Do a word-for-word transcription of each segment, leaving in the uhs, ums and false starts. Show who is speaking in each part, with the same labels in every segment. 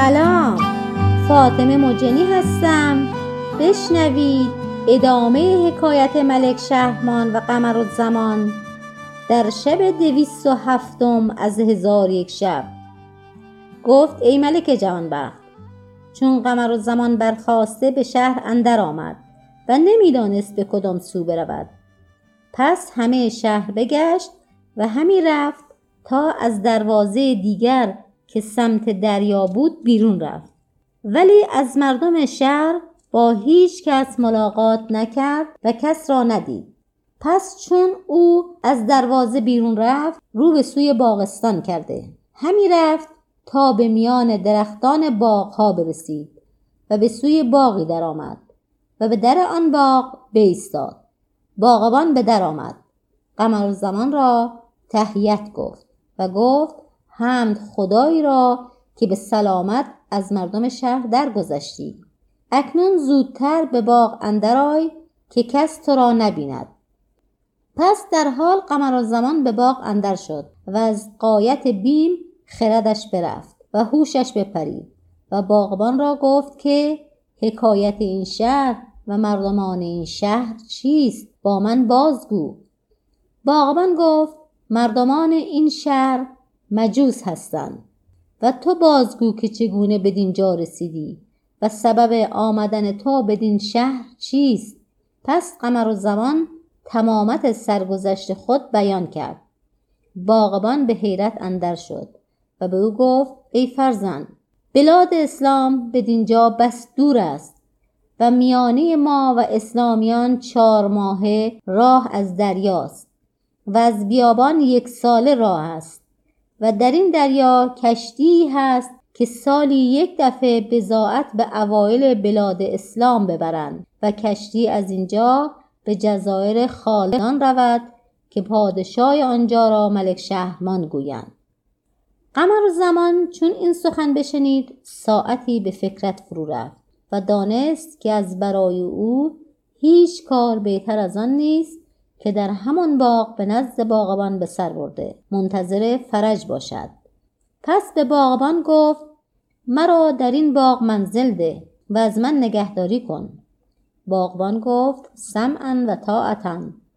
Speaker 1: سلام، فاطمه مجنی هستم. بشنوید ادامه حکایت ملک شهرمان و قمرالزمان در شب دویست و هفتم از هزار یک شب. گفت ای ملک جوانبخت، چون قمرالزمان برخاسته به شهر اندر آمد و نمیدانست به کدام سو برود. پس همه شهر بگشت و همی رفت تا از دروازه دیگر که سمت دریا بود بیرون رفت، ولی از مردم شهر با هیچ کس ملاقات نکرد و کس را ندید. پس چون او از دروازه بیرون رفت، رو به سوی باغستان کرده همی رفت تا به میان درختان باغها برسید و به سوی باغی در آمد و به در آن باغ بایستاد. باغبان به در آمد، قمرالزمان را تحیت گفت و گفت حمد خدایی را که به سلامت از مردم شهر درگذشتی. اکنون زودتر به باغ اندر آی که کس تو را نبیند. پس در حال قمرالزمان به باغ اندر شد و از غایت بیم خردش برفت و هوشش بپرید و باغبان را گفت که حکایت این شهر و مردمان این شهر چیست؟ با من بازگو. باغبان گفت مردمان این شهر مجوس هستند و تو بازگو که چگونه بدین جا رسیدی و سبب آمدن تو بدین شهر چیست؟ پس قمرالزمان تمامت سرگذشت خود بیان کرد. باغبان به حیرت اندر شد و به او گفت ای فرزند، بلاد اسلام بدین جا بس دور است و میانه ما و اسلامیان چهار ماهه راه از دریاست و از بیابان یک ساله راه است و در این دریا کشتی هست که سالی یک دفعه بضاعت به اوایل بلاد اسلام ببرند و کشتی از اینجا به جزایر خالدان رود که پادشاه آنجا را ملک شهرمان گویند. قمرالزمان چون این سخن بشنید ساعتی به فکرت فرو رفت و دانست که از برای او هیچ کار بهتر از آن نیست که در همان باغ به نزد باغبان به سر برده منتظر فرج باشد. پس به باغبان گفت مرا در این باغ منزل ده و از من نگهداری کن. باغبان گفت سمعا و طاعتا.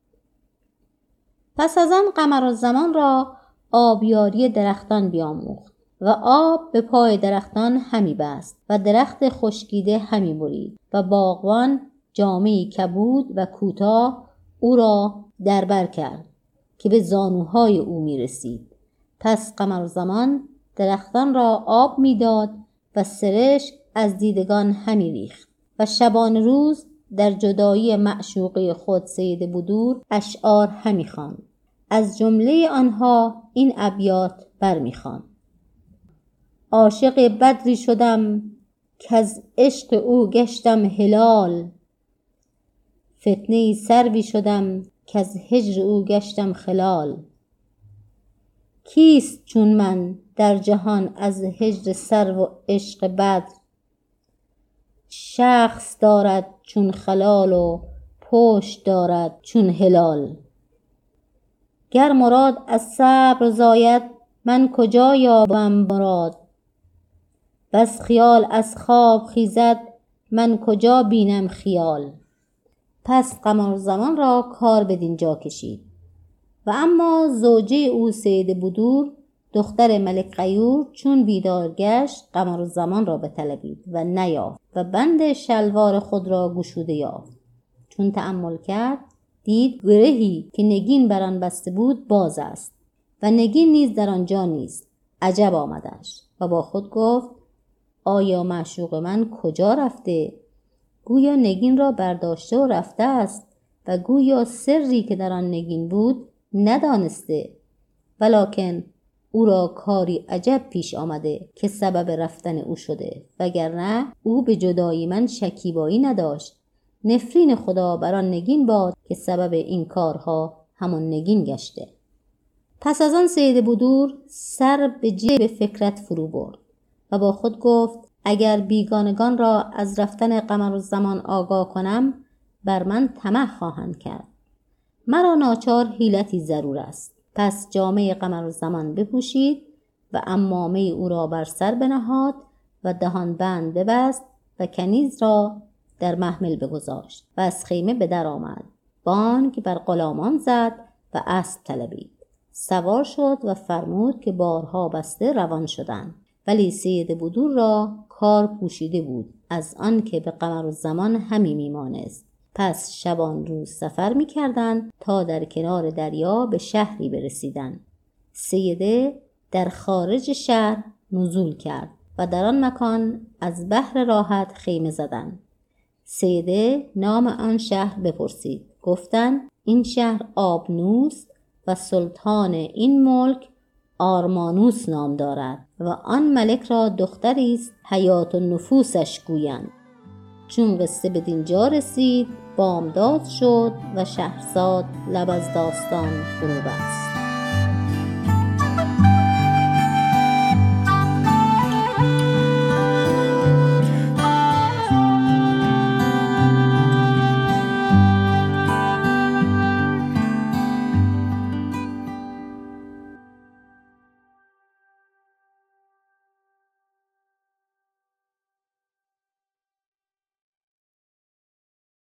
Speaker 1: پس از آن قمرالزمان را آبیاری درختان بیاموخت و آب به پای درختان همی بست و درخت خشکیده همی برید و باغبان جامه‌ای کبود و کوتاه او را در بر کرد که به زانوهای او می رسید. پس قمرالزمان درختان را آب می داد و سرشک از دیدگان همی ریخت و شبان روز در جدایی معشوقه خود سید بدور اشعار همی خواند. از جمله آنها این ابیات برمی خواند: عاشق بدری شدم که از عشق او گشتم هلال، فتنه سروی شدم که از هجر او گشتم خلال. کیست چون من در جهان از هجر سرو و عشق بدر، شخص دارد چون خلال و پشت دارد چون هلال. گر مراد از صبر زاید من کجا یابم مراد، بس خیال از خواب خیزد من کجا بینم خیال. پس قمرالزمان را کار بدین جا کشید و اما زوجه او سید بدور دختر ملک غیور چون بیدار گشت قمرالزمان را بطلبید و نیافت و بند شلوار خود را گشوده یافت. چون تأمل کرد دید گرهی که نگین بر آن بسته بود باز است و نگین نیز در آنجا نیست. عجب آمدش و با خود گفت آیا معشوق من کجا رفته؟ گویا نگین را برداشته و رفته است و گویا سری که در آن نگین بود ندانسته، ولکن او را کاری عجب پیش آمده که سبب رفتن او شده، وگرنه او به جدایی من شکیبایی نداشت. نفرین خدا بر آن نگین باد که سبب این کارها همان نگین گشته. پس از آن سید بدور سر به جیب فکرت فرو برد و با خود گفت اگر بیگانگان را از رفتن قمرالزمان آگاه کنم بر من طمع خواهند کرد. مرا ناچار حیلتی ضرور است. پس جامه قمرالزمان بپوشید و عمامه او را بر سر بنهاد و دهان بند ببست و کنیز را در محمل بگذاشت و از خیمه به در آمد. بانگ بر غلامان زد و اسب طلبید. سوار شد و فرمود که بارها بسته روان شدند. ولی سید بدور را کار پوشیده بود از آن که به قمرالزمان همی میمانست. پس شبان روز سفر میکردند تا در کنار دریا به شهری برسیدند. سیده در خارج شهر نزول کرد و در آن مکان از بحر راحت خیمه زدند. سیده نام آن شهر بپرسید. گفتند این شهر آبنوس و سلطان این ملک آرمانوس نام دارد و آن ملک را دختری است حیات النفوسش گویند. چون قصه به دینجا رسید بامداد شد و شهرزاد لب از داستان فرو بست.